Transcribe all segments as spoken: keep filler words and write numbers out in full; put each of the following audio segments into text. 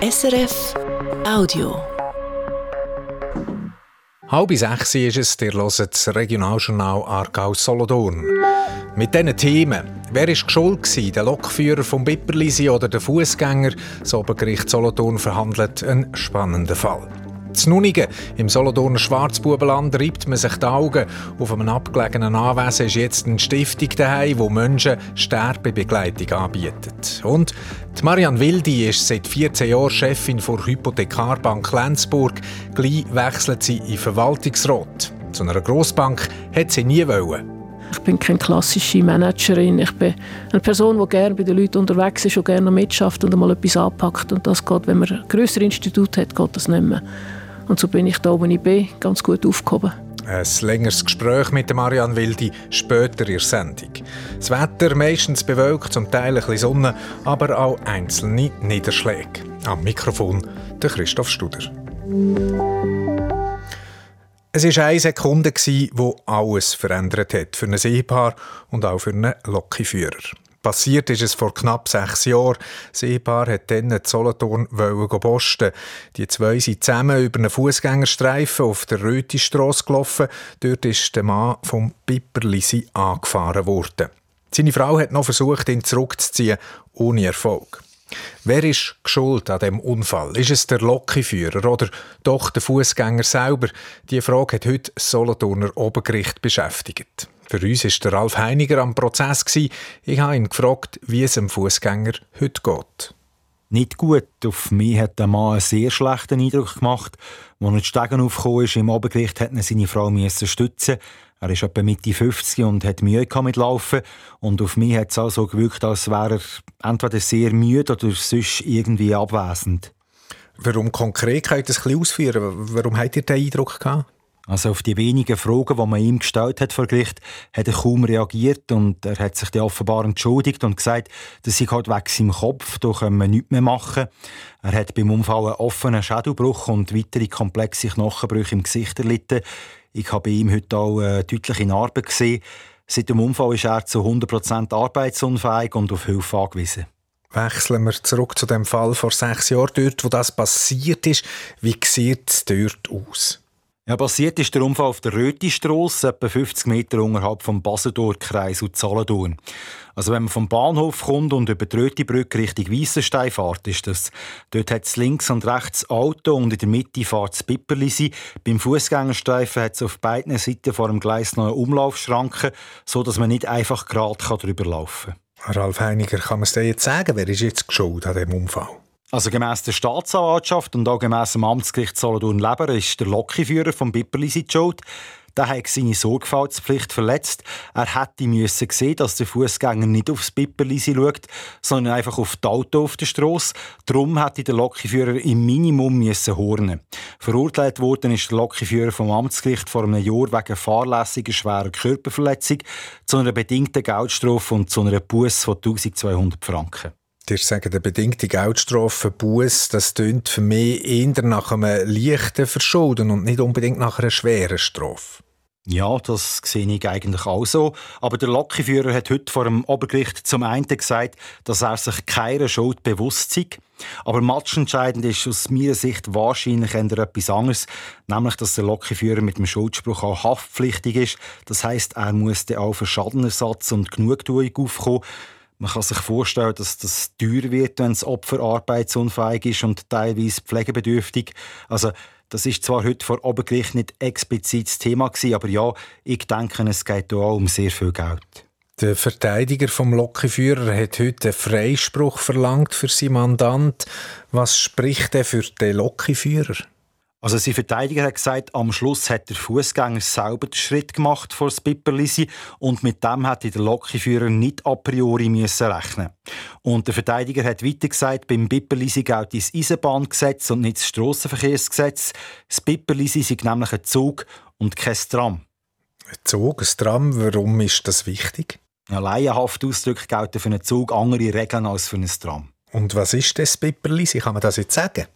S R F Audio. Halb sechs ist es, ihr hört das Regionaljournal Aargau-Solothurn. Mit diesen Themen: Wer war schuld, der Lokführer vom Bipperlisi oder der Fußgänger? Das Obergericht Solothurn verhandelt einen spannenden Fall. In Nunigen, im Solothurner Schwarzbubenland, reibt man sich die Augen. Auf einem abgelegenen Anwesen ist jetzt eine Stiftung daheim, die Menschen Sterbebegleitung anbietet. Und die Marianne Wildi ist seit vierzehn Jahren Chefin der Hypothekarbank Lenzburg. Gleich wechselt sie in den Verwaltungsrat. Zu einer Grossbank hat sie nie wollen. Ich bin keine klassische Managerin. Ich bin eine Person, die gerne bei den Leuten unterwegs ist und gerne mitschafft und einmal etwas anpackt. Und das geht, wenn man ein grösseres Institut hat, geht das nicht mehr. Und so bin ich da, wo ich bin, ganz gut aufgehoben. Ein längeres Gespräch mit Marianne Wildi später in der Sendung. Das Wetter meistens bewölkt, zum Teil ein bisschen Sonne, aber auch einzelne Niederschläge. Am Mikrofon der Christoph Studer. Es war eine Sekunde, die alles verändert hat für ein Ehepaar und auch für einen Lokführer. Passiert ist es vor knapp sechs Jahren. Das Ehepaar wollte dann in Solothurn posten. Die zwei sind zusammen über einen Fußgängerstreifen auf der Rötistrasse gelaufen. Dort ist der Mann vom Bipperlisi angefahren worden. Seine Frau hat noch versucht, ihn zurückzuziehen, ohne Erfolg. Wer ist schuld an diesem Unfall? Ist es der Lokführer oder doch der Fußgänger selber? Diese Frage hat heute das Solothurner Obergericht beschäftigt. Für uns war der Ralf Heiniger am Prozess. Ich habe ihn gefragt, wie es dem Fußgänger heute geht. Nicht gut. Auf mich hat der Mann einen sehr schlechten Eindruck gemacht. Als er die Stegen aufgekommen ist, im Obergericht musste er seine Frau stützen. Er ist etwa Mitte fünfzig und hat Mühe mit Laufen. Und auf mich hat es auch so gewirkt, als wäre er entweder sehr müde oder sonst irgendwie abwesend. Warum konkret könnt ihr das ein bisschen ausführen? Warum habt ihr diesen Eindruck gehabt? Also auf die wenigen Fragen, die man ihm gestellt hat vor Gericht, hat er kaum reagiert und er hat sich dann offenbar entschuldigt und gesagt, das sei halt wegen seinem Kopf, da können wir nichts mehr machen. Er hat beim Unfall einen offenen Schädelbruch und weitere komplexe Knochenbrüche im Gesicht erlitten. Ich habe bei ihm heute auch eine deutliche Narbe gesehen. Seit dem Unfall ist er zu hundert Prozent arbeitsunfähig und auf Hilfe angewiesen. Wechseln wir zurück zu dem Fall vor sechs Jahren, dort, wo das passiert ist. Wie sieht es dort aus? Ja, passiert ist der Unfall auf der Rötistrasse, etwa fünfzig Meter unterhalb vom Basendorf-Kreis und Solothurn. Also wenn man vom Bahnhof kommt und über die Rötibrücke Richtung Weissenstein fährt, ist das. Dort hat es links und rechts Auto und in der Mitte fährt das Bipperlisi. Beim Fußgängerstreifen hat es auf beiden Seiten vor dem Gleis noch eine Umlaufschranke, sodass man nicht einfach gerade drüber laufen kann. Ralf Heiniger, kann man es dir jetzt sagen, wer ist jetzt schuld an diesem Unfall? Also gemäss der Staatsanwaltschaft und auch gemäss dem Amtsgericht Solothurn-Leber ist der Lokführer vom Bipperlisi schuld. Der hat seine Sorgfaltspflicht verletzt. Er hätte müssen sehen, dass der Fußgänger nicht aufs Bipperlisi schaut, sondern einfach auf das Auto auf der Strasse. Darum hätte der Lokführer im Minimum müssen hornen. Verurteilt worden ist der Lokführer vom Amtsgericht vor einem Jahr wegen fahrlässiger schwerer Körperverletzung zu einer bedingten Geldstrafe und zu einer Busse von eintausendzweihundert Franken. Ihr sagt, eine bedingte Geldstrafe, Busse, das tönt für mich eher nach einem leichten Verschulden und nicht unbedingt nach einer schweren Strafe. Ja, das sehe ich eigentlich auch so. Aber der Lokführer hat heute vor dem Obergericht zum einen gesagt, dass er sich keiner Schuld bewusst sei. Aber matchentscheidend ist aus meiner Sicht wahrscheinlich eher etwas anderes, nämlich dass der Lokführer mit dem Schuldspruch auch haftpflichtig ist. Das heisst, er muss dann auch für Schadenersatz und Genugtuung aufkommen. Man kann sich vorstellen, dass das teuer wird, wenn das Opfer arbeitsunfähig ist und teilweise pflegebedürftig. Also, das ist zwar heute vor Obergericht nicht explizit das Thema gewesen, aber ja, ich denke, es geht hier auch um sehr viel Geld. Der Verteidiger vom Lokführer hat heute einen Freispruch verlangt für seinen Mandant. Was spricht er für den Lokführer? Also sein Verteidiger hat gesagt, am Schluss hat der Fußgänger selber den Schritt gemacht vor das Bipperlisi und mit dem hätte der Lokführer nicht a priori müssen rechnen. Und der Verteidiger hat weiter gesagt, beim Bipperlisi gilt das Eisenbahngesetz und nicht das Strassenverkehrsgesetz. Das Bipperlisi sei nämlich ein Zug und kein Tram. Ein Zug, ein Tram, warum ist das wichtig? Ja, laienhaft ausgedrückt gelten für einen Zug andere Regeln als für ein Tram. Und was ist das Bipperlisi? Kann man das jetzt sagen?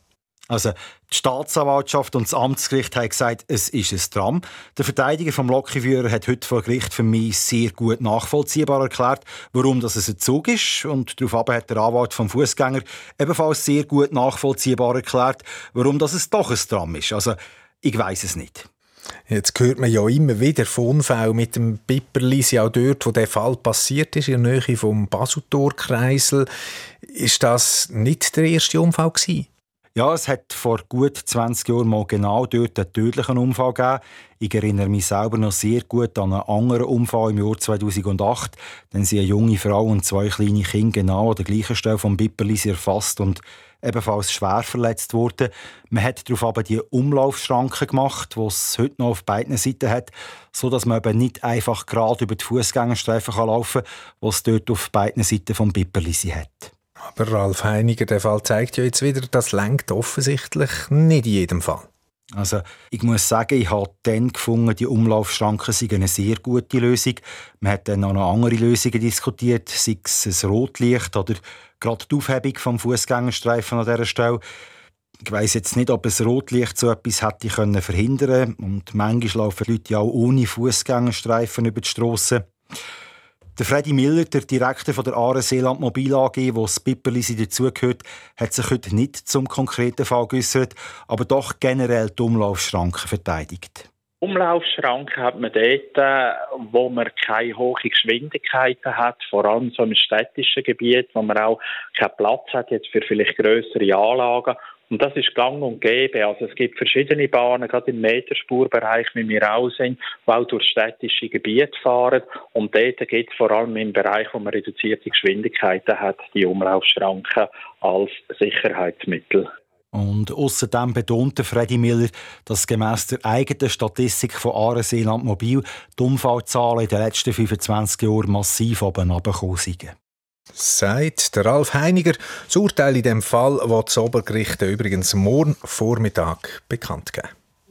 Also die Staatsanwaltschaft und das Amtsgericht haben gesagt, es ist ein Tram. Der Verteidiger vom Lokführer hat heute vor Gericht für mich sehr gut nachvollziehbar erklärt, warum das ein Zug ist. Und daraufhin hat der Anwalt vom Fußgänger ebenfalls sehr gut nachvollziehbar erklärt, warum das es doch ein Tram ist. Also ich weiss es nicht. Jetzt hört man ja immer wieder von Unfällen mit dem Piperlisi, auch dort, wo der Fall passiert ist, in der Nähe vom Baseltorkreisel. Ist das nicht der erste Unfall gewesen? Ja, es hat vor gut zwanzig Jahren mal genau dort einen tödlichen Unfall gegeben. Ich erinnere mich selber noch sehr gut an einen anderen Unfall im Jahr zweitausendacht. Dann sind eine junge Frau und zwei kleine Kinder genau an der gleichen Stelle vom Piperlisi erfasst und ebenfalls schwer verletzt worden. Man hat darauf aber die Umlaufschranke gemacht, die es heute noch auf beiden Seiten hat, sodass man eben nicht einfach gerade über die Fußgängerstreifen laufen kann, die es dort auf beiden Seiten vom Piperlisi hat. Aber Ralf Heiniger, der Fall zeigt ja jetzt wieder, das lenkt offensichtlich nicht in jedem Fall. Also, ich muss sagen, ich habe dann gefunden, die Umlaufschranken sind eine sehr gute Lösung. Man hat dann auch noch andere Lösungen diskutiert, sei es ein Rotlicht oder gerade die Aufhebung vom Fußgängerstreifen an dieser Stelle. Ich weiss jetzt nicht, ob ein Rotlicht so etwas hätte können verhindern können. Und manchmal laufen die Leute ja auch ohne Fußgängerstreifen über die Strasse. Der Freddy Miller, der Direktor von der Aare-Seeland Mobil A G, wo das Piperlisi dazugehört, hat sich heute nicht zum konkreten Fall geäussert, aber doch generell die Umlaufschranken verteidigt. Umlaufschranken hat man dort, wo man keine hohen Geschwindigkeiten hat, vor allem so im städtischen Gebiet, wo man auch keinen Platz hat jetzt für vielleicht grössere Anlagen. Und das ist gang und gäbe. Also es gibt verschiedene Bahnen, gerade im Meterspurbereich, wie wir auch sind, die auch durch städtische Gebiete fahren. Und dort gibt es vor allem im Bereich, wo man reduzierte Geschwindigkeiten hat, die Umlaufschranken als Sicherheitsmittel. Und außerdem betonte Freddy Miller, dass gemäss der eigenen Statistik von Aare-Seeland Mobil die Unfallzahlen in den letzten fünfundzwanzig Jahren massiv oben runtergekommen sind. Sagt der Ralf Heiniger. Das Urteil in dem Fall wird das Obergericht übrigens morgen Vormittag bekannt geben.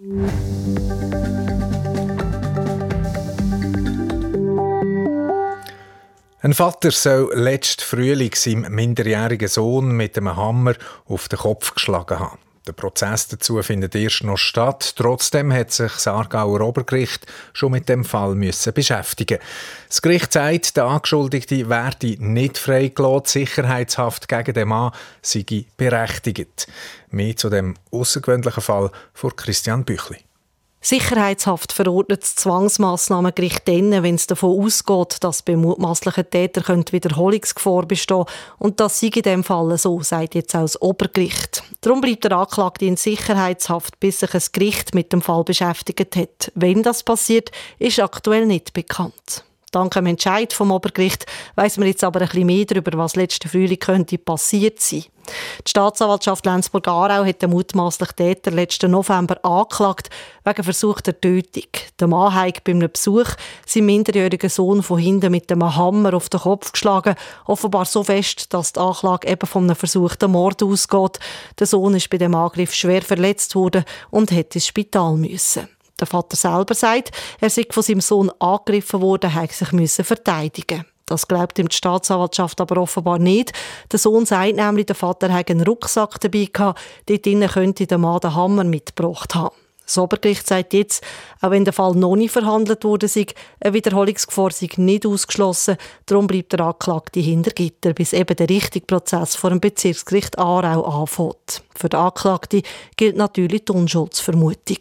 Ein Vater soll letzten Frühling seinem minderjährigen Sohn mit einem Hammer auf den Kopf geschlagen haben. Der Prozess dazu findet erst noch statt. Trotzdem hat sich das Aargauer Obergericht schon mit dem Fall müssen beschäftigen. Das Gericht sagt, der Angeschuldigte werde nicht freigelassen. Die Sicherheitshaft gegen den Mann sei berechtigt. Mehr zu dem außergewöhnlichen Fall von Christian Büchli. Sicherheitshaft verordnet das Zwangsmassnahmengericht dann, wenn es davon ausgeht, dass beim mutmaßlichen Täter Wiederholungsgefahr bestehen könnte. Und das sei in diesem Fall so, sagt jetzt auch das Obergericht. Darum bleibt der Anklagte in Sicherheitshaft, bis sich ein Gericht mit dem Fall beschäftigt hat. Wenn das passiert, ist aktuell nicht bekannt. Dank dem Entscheid vom Obergericht weiss man jetzt aber ein bisschen mehr darüber, was letzten Frühling könnte passiert sein. Die Staatsanwaltschaft Lenzburg-Aarau hat den mutmaßlichen Täter letzten November angeklagt wegen versuchter Tötung. Der Mann hat bei einem Besuch seinen minderjährigen Sohn von hinten mit einem Hammer auf den Kopf geschlagen, offenbar so fest, dass die Anklage eben von einem versuchten Mord ausgeht. Der Sohn ist bei dem Angriff schwer verletzt worden und hätte ins Spital müssen. Der Vater selber sagt, er sei von seinem Sohn angegriffen worden, hätte sich müssen verteidigen. Das glaubt ihm die Staatsanwaltschaft aber offenbar nicht. Der Sohn sagt nämlich, der Vater habe einen Rucksack dabei gehabt, dort drinnen könnte der Mann den Hammer mitgebracht haben. Das Obergericht sagt jetzt, auch wenn der Fall noch nicht verhandelt wurde, sei eine Wiederholungsgefahr sei nicht ausgeschlossen. Darum bleibt der Anklagte hinter Gitter, bis eben der richtige Prozess vor dem Bezirksgericht Aarau anfängt. Für den Anklagten gilt natürlich die Unschuldsvermutung.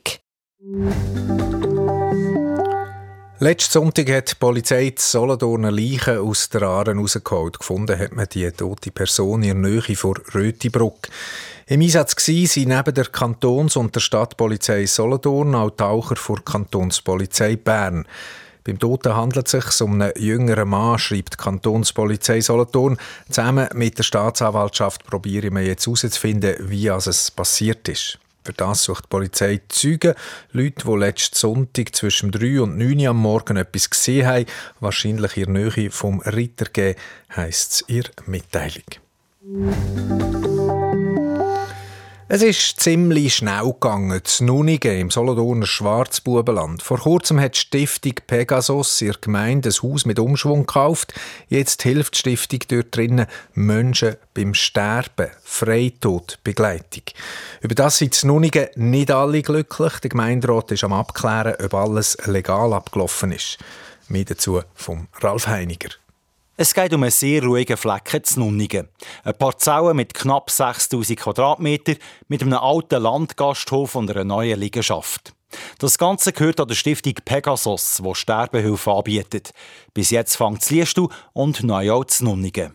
Letzten Sonntag hat die Polizei die Solothurner Leichen aus der Aare rausgeholt. Gefunden hat man die tote Person in der Nähe von Rötibruck. Im Einsatz waren neben der Kantons- und der Stadtpolizei Solothurn auch Taucher vor Kantonspolizei Bern. Beim Toten handelt es sich um einen jüngeren Mann, schreibt die Kantonspolizei Solothurn. Zusammen mit der Staatsanwaltschaft probieren wir jetzt herauszufinden, wie es passiert ist. Für das sucht die Polizei Zeugen, Leute, die letzten Sonntag zwischen drei und neun Uhr am Morgen etwas gesehen haben, wahrscheinlich in der Nähe vom Rittergeh, heisst es in der Mitteilung. Es ist ziemlich schnell gegangen, zu Nunigen im Solothurner Schwarzbubenland. Vor kurzem hat die Stiftung Pegasus in der Gemeinde ein Haus mit Umschwung gekauft. Jetzt hilft die Stiftung dort drinnen Menschen beim Sterben, Freitod, Begleitung. Über das sind zu Nunigen nicht alle glücklich. Der Gemeinderat ist am Abklären, ob alles legal abgelaufen ist. Mehr dazu vom Ralf Heiniger. Es geht um einen sehr ruhigen Flecken zu Nunigen. Eine Parzelle mit knapp sechstausend Quadratmetern, mit einem alten Landgasthof und einer neuen Liegenschaft. Das Ganze gehört an der Stiftung Pegasus, die Sterbehilfe anbietet. Bis jetzt fängt es Liestal und neu auch zu Nunigen.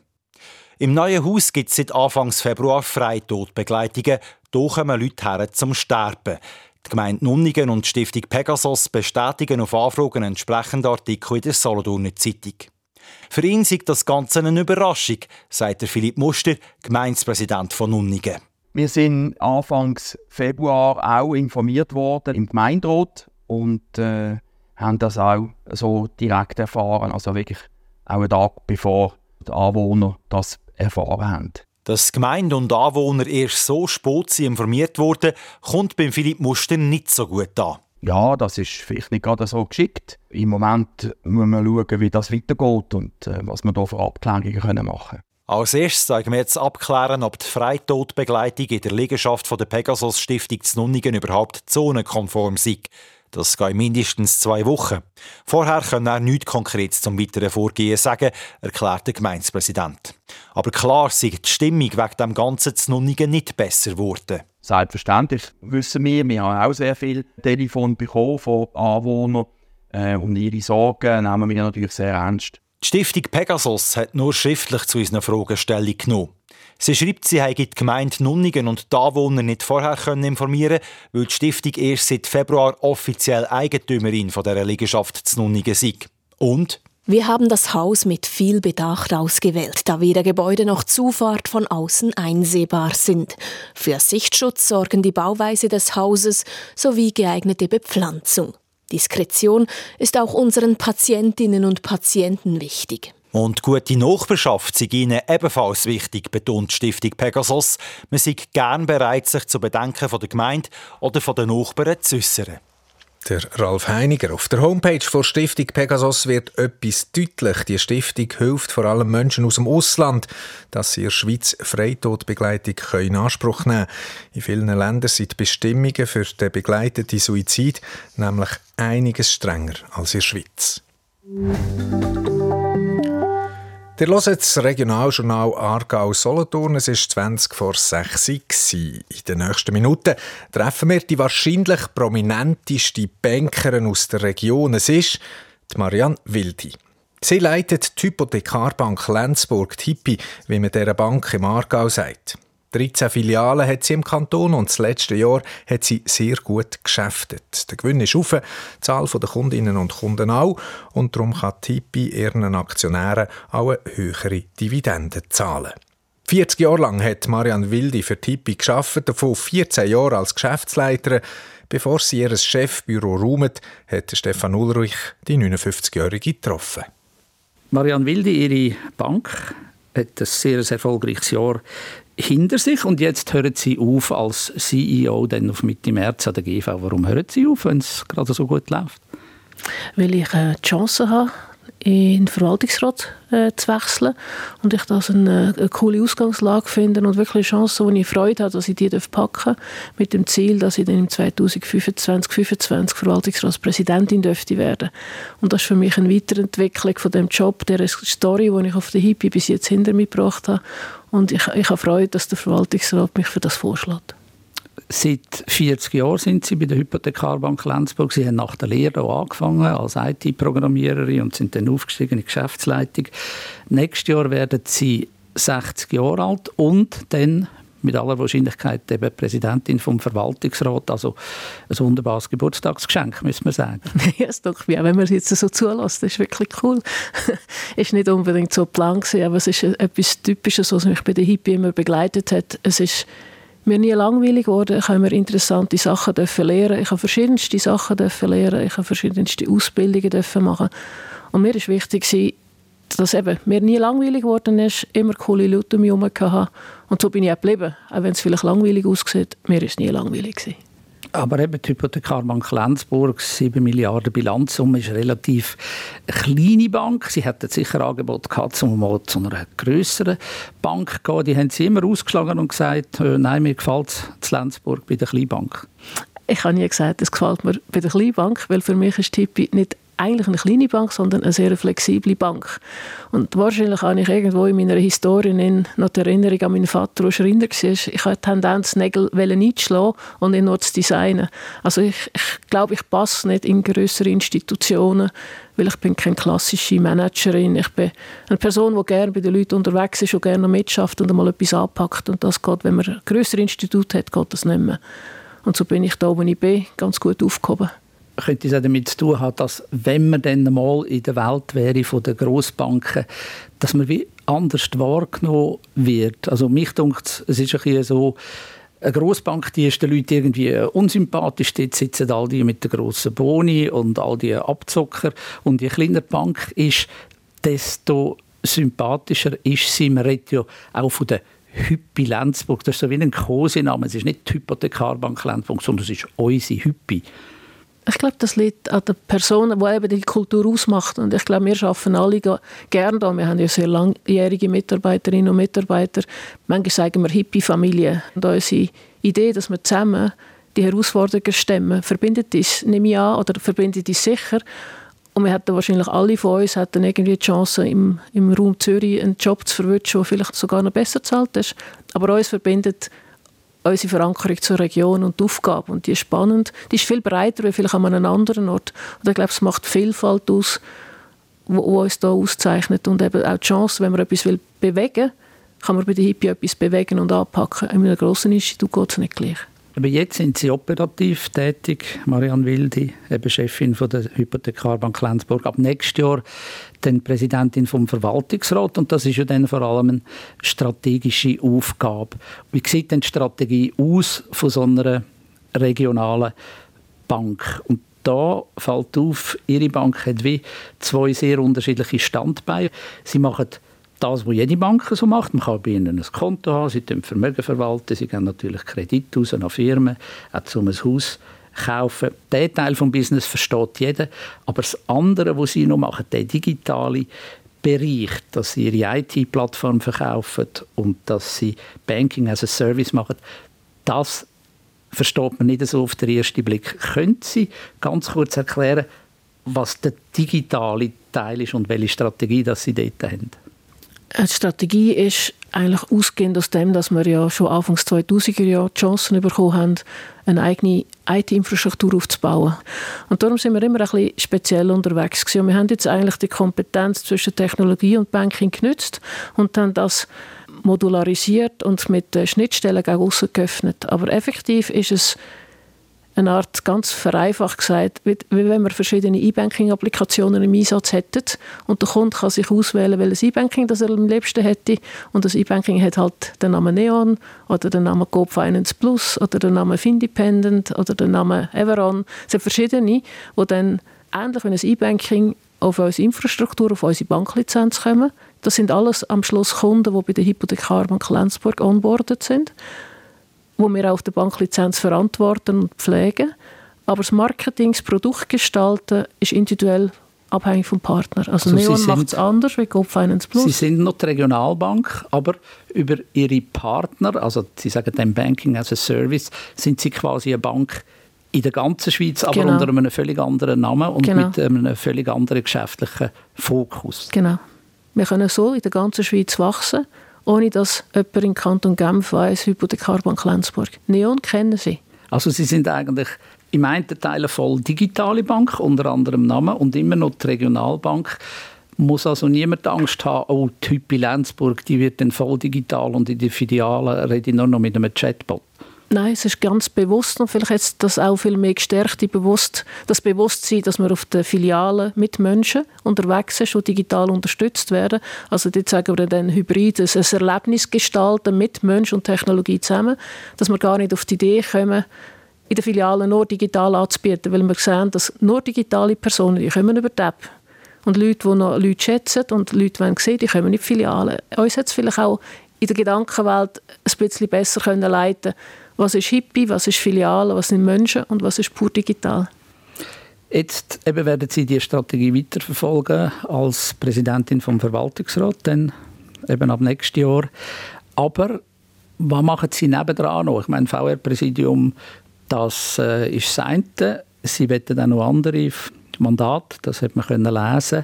Im neuen Haus gibt es seit Anfang Februar Freitodbegleitungen. Hier kommen Leute her zum Sterben. Die Gemeinde Nunigen und die Stiftung Pegasus bestätigen auf Anfragen entsprechende Artikel in der Solothurner Zeitung. Für ihn sei das Ganze eine Überraschung, sagt Philipp Muster, Gemeindepräsident von Nunigen. Wir sind Anfang Februar auch informiert worden im Gemeinderat und äh, haben das auch so direkt erfahren, also wirklich auch einen Tag bevor die Anwohner das erfahren haben. Dass die Gemeinde und Anwohner erst so spät informiert wurden, kommt beim Philipp Muster nicht so gut an. Ja, das ist vielleicht nicht gerade so geschickt. Im Moment muss man schauen, wie das weitergeht und äh, was wir hier für Abklärungen machen können. Als erstes zeigen wir jetzt abklären, ob die Freitodbegleitung in der Liegenschaft der Pegasus-Stiftung zu Nunigen überhaupt zonenkonform sei. Das geht mindestens zwei Wochen. Vorher kann er nichts Konkretes zum weiteren Vorgehen sagen, erklärt der Gemeindepräsident. Aber klar sei die Stimmung wegen dem Ganzen zu Nunigen nicht besser geworden. Selbstverständlich wissen wir, wir haben auch sehr viele Telefone bekommen von Anwohnern äh, und ihre Sorgen nehmen wir natürlich sehr ernst. Die Stiftung Pegasus hat nur schriftlich zu unseren Fragen Stellung genommen. Sie schreibt, sie habe die Gemeinde Nunigen und die Anwohner nicht vorher können informieren, weil die Stiftung erst seit Februar offiziell Eigentümerin dieser Liegenschaft zu Nunigen sei. Und? Wir haben das Haus mit viel Bedacht ausgewählt, da weder Gebäude noch Zufahrt von außen einsehbar sind. Für Sichtschutz sorgen die Bauweise des Hauses sowie geeignete Bepflanzung. Diskretion ist auch unseren Patientinnen und Patienten wichtig. Und gute Nachbarschaft sei ihnen ebenfalls wichtig, betont die Stiftung Pegasus. Man sei gern bereit, sich zu Bedenken von der Gemeinde oder von den Nachbarn zu äußern. Der Ralf Heiniger. Auf der Homepage der Stiftung Pegasus wird etwas deutlich. Die Stiftung hilft vor allem Menschen aus dem Ausland, dass sie in der Schweiz Freitodbegleitung in Anspruch nehmen können. In vielen Ländern sind die Bestimmungen für den begleiteten Suizid nämlich einiges strenger als in der Schweiz. Ihr hört das Regionaljournal Aargau-Solothurn. Es war zwanzig vor sechs Uhr. In den nächsten Minuten treffen wir die wahrscheinlich prominenteste Bankerin aus der Region. Es ist die Marianne Wildi. Sie leitet die Hypothekarbank Lenzburg, die Hypi, wie man dieser Bank im Aargau sagt. dreizehn Filialen hat sie im Kanton und das letzte Jahr hat sie sehr gut geschäftet. Der Gewinn ist hoch, die Zahl der Kundinnen und Kunden auch und darum kann die Hypi ihren Aktionären auch eine höhere Dividende zahlen. vierzig Jahre lang hat Marianne Wildi für die Hypi gearbeitet, davon vierzehn Jahre als Geschäftsleiterin. Bevor sie ihr Chefbüro räumt, hat Stefan Ulrich die neunundfünfzigjährige getroffen. Marianne Wildi, ihre Bank, hat ein sehr erfolgreiches Jahr hinter sich und jetzt hören Sie auf als C E O dann auf Mitte März an der G V. Warum hören Sie auf, wenn es gerade so gut läuft? Weil ich äh, die Chance habe, in den Verwaltungsrat äh, zu wechseln und ich das eine, eine coole Ausgangslage finde und wirklich eine Chance, wo ich Freude habe, dass ich die packen darf, mit dem Ziel, dass ich dann im zwanzig fünfundzwanzig fünfundzwanzig Verwaltungsratspräsidentin dürfte werden. Und das ist für mich eine Weiterentwicklung von dem Job, der Story, die ich auf der Hypi bis jetzt hinter mir gebracht habe. Und ich, ich habe Freude, dass der Verwaltungsrat mich für das vorschlägt. Seit vierzig Jahren sind Sie bei der Hypothekarbank Lenzburg. Sie haben nach der Lehre auch angefangen als I T-Programmiererin und sind dann aufgestiegen in die Geschäftsleitung. Nächstes Jahr werden Sie sechzig Jahre alt und dann mit aller Wahrscheinlichkeit eben Präsidentin vom Verwaltungsrat. Also ein wunderbares Geburtstagsgeschenk, müssen wir sagen. Ja, es doch, wenn man es jetzt so zulässt, das ist wirklich cool. Es war nicht unbedingt so Plan, aber es ist etwas Typisches, was mich bei der Hypi immer begleitet hat. Es ist mir nie langweilig geworden. Ich habe immer interessante Sachen lernen. Ich habe verschiedenste Sachen lernen. Ich habe verschiedenste Ausbildungen machen. Und mir war wichtig, dass eben mir nie langweilig geworden ist, immer coole Leute um mich herum hatte Und so bin ich auch geblieben. Auch wenn es vielleicht langweilig aussieht, mir war es nie langweilig gewesen. Aber eben die Hypothekarbank Lenzburg, sieben Milliarden Bilanzsumme, ist eine relativ kleine Bank. Sie hätten sicher Angebot gehabt, um mal zu einer grösseren Bank zu gehen. Die haben sie immer ausgeschlagen und gesagt, äh, nein, mir gefällt es zu Lenzburg bei der Kleinbank. Ich habe nie gesagt, es gefällt mir bei der Kleinbank, weil für mich ist Hippie nicht eigentlich eine kleine Bank, sondern eine sehr flexible Bank. Und wahrscheinlich habe ich irgendwo in meiner Historie noch die Erinnerung an meinen Vater, der Schreiner war. Ich wollte die Tendenz, Nägel einzuschlagen und nicht nur zu designen. Also ich, ich glaube, ich passe nicht in grössere Institutionen, weil ich bin keine klassische Managerin. Ich bin eine Person, die gerne bei den Leuten unterwegs ist und gerne mitschafft und einmal etwas anpackt. Und das geht, wenn man ein grösseres Institut hat, geht das nicht mehr. Und so bin ich da, wo ich bin, ganz gut aufgehoben. Könnte es auch damit zu tun haben, dass, wenn man dann mal in der Welt wäre von den Grossbanken, dass man wie anders wahrgenommen wird. Also mich denkt, es ist ein bisschen so, eine Grossbank, die ist den Leuten irgendwie unsympathisch. Dort sitzen all die mit den grossen Boni und all die Abzocker. Und je kleiner die Bank ist, desto sympathischer ist sie. Man redet ja auch von der Hyppi Lenzburg. Das ist so wie ein Kosename. Es ist nicht die Hypothekarbank Lenzburg, sondern es ist unsere Hyppi. Ich glaube, das liegt an den Personen, die eben die Kultur ausmacht. Und ich glaube, wir arbeiten alle gerne da. Wir haben ja sehr langjährige Mitarbeiterinnen und Mitarbeiter. Manchmal sagen wir Hippie-Familie. Und unsere Idee, dass wir zusammen die Herausforderungen stemmen, verbindet uns, nehme ich an, oder verbindet uns sicher. Und wir hätten wahrscheinlich alle von uns hätten irgendwie die Chance, im, im Raum Zürich einen Job zu verwünschen, der vielleicht sogar noch besser bezahlt ist. Aber uns verbindet unsere Verankerung zur Region und die Aufgabe. Und die ist spannend. Die ist viel breiter als vielleicht an einem anderen Ort. Und ich glaube, es macht Vielfalt aus, die uns hier auszeichnet. Und eben auch die Chance, wenn man etwas will bewegen will, kann man bei den Hippie etwas bewegen und anpacken. In einem grossen Institut geht es nicht gleich. Aber jetzt sind Sie operativ tätig, Marianne Wildi, eben Chefin von der Hypothekarbank Lenzburg. Ab nächstes Jahr dann Präsidentin vom Verwaltungsrat, und das ist ja dann vor allem eine strategische Aufgabe. Wie sieht denn die Strategie aus von so einer regionalen Bank? Und da fällt auf, Ihre Bank hat wie zwei sehr unterschiedliche Standbeine. Sie machen das, was jede Bank so macht. Man kann bei ihnen ein Konto haben, sie verwalten Vermögen verwalten, sie geben natürlich Kredit raus an Firmen, auch um ein Haus kaufen. Diesen Teil des Business versteht jeder. Aber das andere, was sie noch machen, der digitale Bereich, dass sie ihre I T-Plattform verkaufen und dass sie Banking as a Service machen, das versteht man nicht so auf den ersten Blick. Können Sie ganz kurz erklären, was der digitale Teil ist und welche Strategie das Sie dort haben? Die Strategie ist eigentlich ausgehend aus dem, dass wir ja schon Anfang zweitausender Jahre die Chancen bekommen haben, eine eigene I T-Infrastruktur aufzubauen. Und darum sind wir immer ein bisschen speziell unterwegs gewesen. Und wir haben jetzt eigentlich die Kompetenz zwischen Technologie und Banking genutzt und haben das modularisiert und mit Schnittstellen gegen aussen geöffnet. Aber effektiv ist es eine Art, ganz vereinfacht gesagt, wie wenn wir verschiedene E-Banking-Applikationen im Einsatz hätten und der Kunde kann sich auswählen, welches E-Banking das er am liebsten hätte, und das E-Banking hat halt den Namen Neon oder den Namen Coop Finance Plus oder den Namen Findependent oder den Namen Everon. Es sind verschiedene, die dann ähnlich wie ein E-Banking auf unsere Infrastruktur, auf unsere Banklizenz kommen. Das sind alles am Schluss Kunden, die bei der Hypothekarbank Lenzburg onboardet sind, wo wir auch die Banklizenz verantworten und pflegen. Aber das Marketing, das Produktgestalten ist individuell abhängig vom Partner. Also, also Neon macht es anders wie Coop Finance Plus. Sie sind noch die Regionalbank, aber über Ihre Partner, also Sie sagen dem Banking as a Service, sind Sie quasi eine Bank in der ganzen Schweiz, aber genau. unter einem völlig anderen Namen und genau. mit einem völlig anderen geschäftlichen Fokus. Genau. Wir können so in der ganzen Schweiz wachsen, ohne dass jemand im Kanton Genf weiss, Hypothekarbank Lenzburg. Neon kennen Sie. Also Sie sind eigentlich im einen Teil eine voll digitale Bank, unter anderem Namen, und immer noch die Regionalbank. Muss also niemand Angst haben, oh, die Hyppi Lenzburg, die wird dann voll digital und in den Filialen rede ich nur noch mit einem Chatbot. Nein, es ist ganz bewusst, und vielleicht hat das auch viel mehr gestärkt, bewusst, das Bewusstsein, dass wir auf den Filialen mit Menschen unterwegs sind, die digital unterstützt werden. Also dort sagen wir dann Hybrid, ein Erlebnis gestalten mit Mensch und Technologie zusammen, dass wir gar nicht auf die Idee kommen, in den Filialen nur digital anzubieten, weil wir sehen, dass nur digitale Personen, die kommen über die App. Und Leute, die noch Leute schätzen und Leute wollen sehen, die kommen in die Filialen. Uns hat es vielleicht auch in der Gedankenwelt ein bisschen besser leiten können. Was ist Hippie, was ist Filiale, was sind Menschen und was ist pur digital? Jetzt eben werden Sie die Strategie weiterverfolgen als Präsidentin vom Verwaltungsrat, dann eben ab nächstes Jahr. Aber was machen Sie nebendran noch? Ich meine, V R-Präsidium, das äh, ist das eine. Sie wollen auch noch andere Mandate, das hat man können lesen.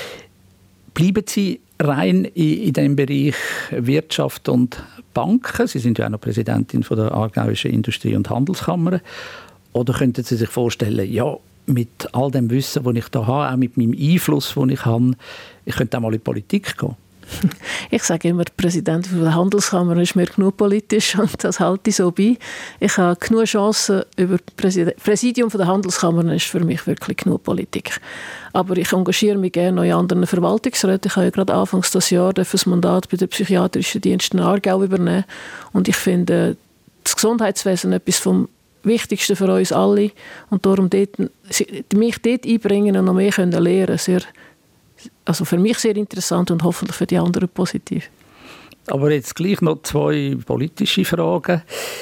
Bleiben Sie rein in, in dem Bereich Wirtschaft und Banken? Sie sind ja auch noch Präsidentin von der Aargauischen Industrie- und Handelskammer. Oder könnten Sie sich vorstellen, ja, mit all dem Wissen, das ich hier habe, auch mit meinem Einfluss, den ich habe, ich könnte auch mal in die Politik gehen? Ich sage immer, Präsident der Handelskammer ist mir genug politisch und das halte ich so bei. Ich habe genug Chancen über das Präsidium der Handelskammer, ist für mich wirklich genug Politik. Aber ich engagiere mich gerne noch in anderen Verwaltungsräten. Ich habe ja gerade anfangs des Jahres das Mandat bei den psychiatrischen Diensten in Aargau übernehmen. Und ich finde das Gesundheitswesen etwas vom Wichtigsten für uns alle. Und darum dort, mich dort einbringen und noch mehr lernen können, sehr Also für mich sehr interessant und hoffentlich für die anderen positiv. Aber jetzt gleich noch zwei politische Fragen.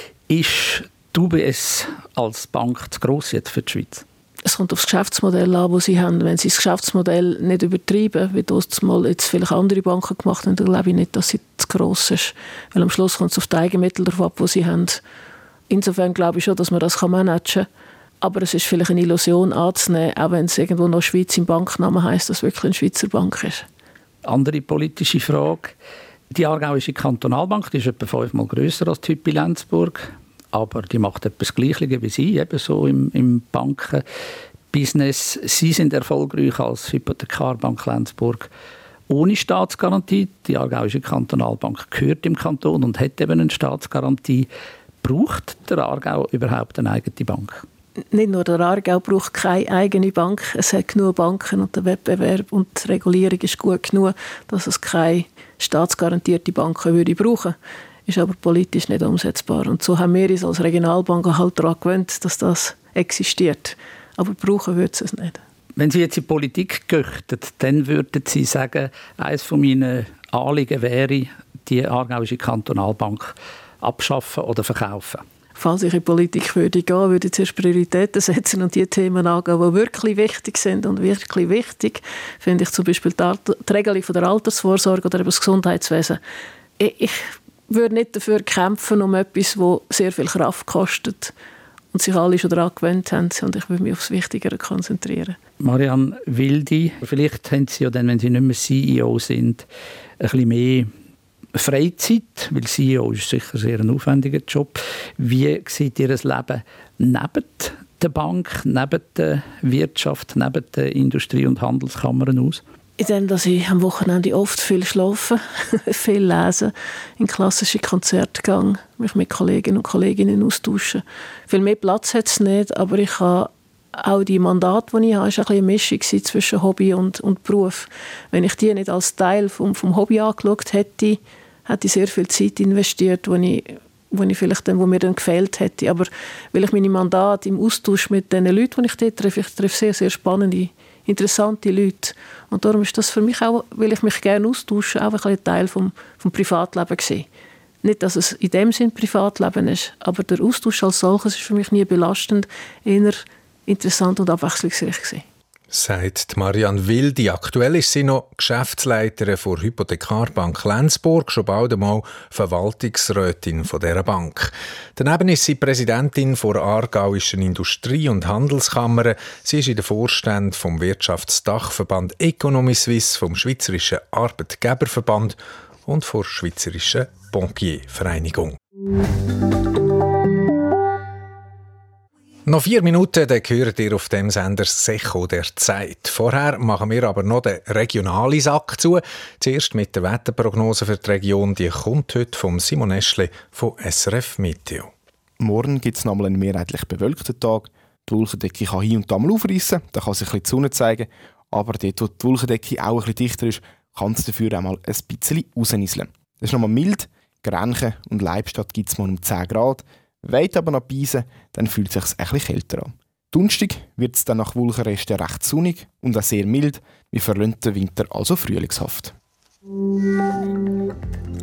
Ist die U B S als Bank zu gross jetzt für die Schweiz? Es kommt auf das Geschäftsmodell an, das sie haben. Wenn sie das Geschäftsmodell nicht übertreiben, wie das mal jetzt vielleicht andere Banken gemacht haben, dann glaube ich nicht, dass sie zu gross ist. Weil am Schluss kommt es auf die Eigenmittel darauf ab, die sie haben. Insofern glaube ich schon, dass man das managen kann. Aber es ist vielleicht eine Illusion anzunehmen, auch wenn es irgendwo noch Schweiz im Banknamen heisst, dass es wirklich eine Schweizer Bank ist. Andere politische Frage. Die Aargauische Kantonalbank, die ist etwa fünfmal grösser als die Hypi Lenzburg, aber die macht etwas das Gleiche wie Sie, eben so im, im Bankenbusiness. Sie sind erfolgreich als Hypothekarbank Lenzburg ohne Staatsgarantie. Die Aargauische Kantonalbank gehört im Kanton und hat eben eine Staatsgarantie. Braucht der Aargau überhaupt eine eigene Bank? Nicht nur der Aargau braucht keine eigene Bank. Es hat genug Banken und der Wettbewerb und die Regulierung ist gut genug, dass es keine staatsgarantierte Banken würde brauchen. Ist aber politisch nicht umsetzbar. Und so haben wir uns als Regionalbank halt daran gewöhnt, dass das existiert. Aber brauchen würde es nicht. Wenn Sie jetzt in die Politik gehören, dann würden Sie sagen, eines von meinen Anliegen wäre, die Aargauische Kantonalbank abschaffen oder verkaufen. Falls ich in die Politik würde gehen, würde ich zuerst Prioritäten setzen und die Themen angehen, die wirklich wichtig sind. Und wirklich wichtig finde ich zum Beispiel die, Alter- die Regelung von der Altersvorsorge oder das Gesundheitswesen. Ich, ich würde nicht dafür kämpfen, um etwas, das sehr viel Kraft kostet und sich alle schon daran gewöhnt haben. Und ich würde mich auf das Wichtigere konzentrieren. Marianne Wildi, vielleicht haben Sie ja dann, wenn Sie nicht mehr C E O sind, ein bisschen mehr Freizeit, weil C E O ist sicher sehr ein aufwendiger Job. Wie sieht Ihr Leben neben der Bank, neben der Wirtschaft, neben den Industrie- und Handelskammern aus? Indem, dass ich am Wochenende oft viel schlafe, viel lese, in klassische Konzerte gehe, mich mit Kolleginnen und Kolleginnen austauschen. Viel mehr Platz hat es nicht, aber ich habe auch die Mandate, die ich habe, war eine Mischung zwischen Hobby und, und Beruf. Wenn ich die nicht als Teil vom, vom Hobby angeschaut hätte, hätte ich sehr viel Zeit investiert, wo ich, wo ich vielleicht dann, wo mir dann gefehlt hätte. Aber weil ich meine Mandate im Austausch mit den Leuten, die ich dort treffe, ich treffe sehr, sehr spannende, interessante Leute. Und darum ist das für mich auch, weil ich mich gerne austausche, auch ein Teil vom, vom Privatleben gewesen. Nicht, dass es in dem Sinn Privatleben ist, aber der Austausch als solches ist für mich nie belastend, eher interessant und abwechslungsreich gewesen. Sagt Marianne Wildi. Aktuell ist sie noch Geschäftsleiterin der Hypothekarbank Lenzburg, schon bald einmal Verwaltungsrätin von dieser Bank. Daneben ist sie Präsidentin der Aargauischen Industrie- und Handelskammer. Sie ist in der Vorstand vom Wirtschaftsdachverband Economy Suisse, vom Schweizerischen Arbeitgeberverband und der Schweizerischen Bankiervereinigung. Noch vier Minuten, dann hört ihr auf dem Sender das Echo der Zeit. Vorher machen wir aber noch den regionalen Sack zu. Zuerst mit der Wetterprognose für die Region. Die kommt heute vom Simon Eschli von S R F Meteo. Morgen gibt es nochmal einen mehrheitlich bewölkten Tag. Die Wolkendecke kann hier und da mal aufreissen, da kann sich ein bisschen die Sonne zeigen. Aber dort, wo die Wolkendecke auch ein bisschen dichter ist, kann es dafür auch mal ein bisschen rausnieseln. Es ist nochmal mild. Grenchen und Leibstadt gibt es mal um zehn Grad. Weit aber noch Beisen, dann fühlt es sich ein bisschen kälter an. Donnerstag wird es dann nach Wolkenresten recht sonnig und auch sehr mild. Wir verlassen den Winter also frühlingshaft.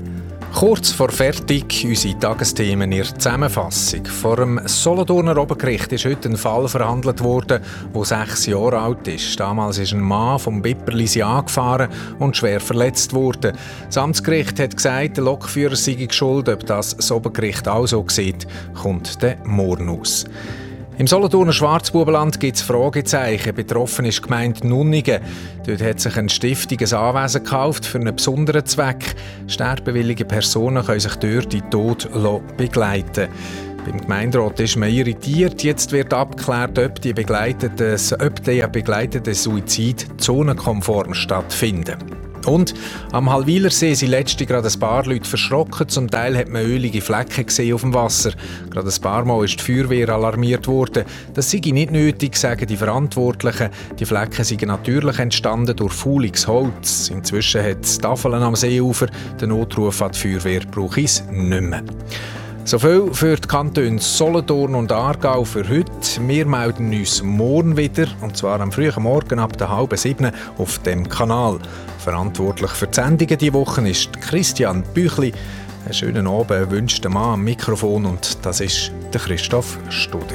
Kurz vor fertig unsere Tagesthemen in der Zusammenfassung. Vor dem Solothurner Obergericht ist heute ein Fall verhandelt worden, der sechs Jahre alt ist. Damals ist ein Mann vom Bipperlisi angefahren und schwer verletzt worden. Das Amtsgericht hat gesagt, der Lokführer sei schuld. Ob das das Obergericht auch so sieht, kommt der morgen aus. Im Solothurner Schwarzbubenland gibt es Fragezeichen. Betroffen ist die Gemeinde Nunningen. Dort hat sich eine Stiftung ein Anwesen gekauft für einen besonderen Zweck. Sterbewillige Personen können sich dort in den Tod begleiten. Beim Gemeinderat ist man irritiert. Jetzt wird abgeklärt, ob die begleiteten, ob der begleitete Suizid zonenkonform stattfinden. Und am Hallwilersee sind letzte gerade ein paar Leute verschrocken. Zum Teil hat man ölige Flecken gesehen auf dem Wasser. Gerade ein paar Mal ist die Feuerwehr alarmiert worden. Das sei nicht nötig, sagen die Verantwortlichen. Die Flecken seien natürlich entstanden durch fauliges Holz. Inzwischen hat es Tafeln am Seeufer. Der Notruf an die Feuerwehr brauche es nicht mehr. So viel für die Kantone Solothurn und Aargau für heute. Wir melden uns morgen wieder, und zwar am frühen Morgen ab der halben sieben auf dem Kanal. Verantwortlich für die Sendungen diese Woche ist Christian Büchli. Einen schönen Abend wünscht der Mann am Mikrofon, und das ist der Christoph Studer.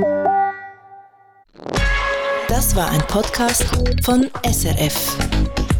Das war ein Podcast von S R F.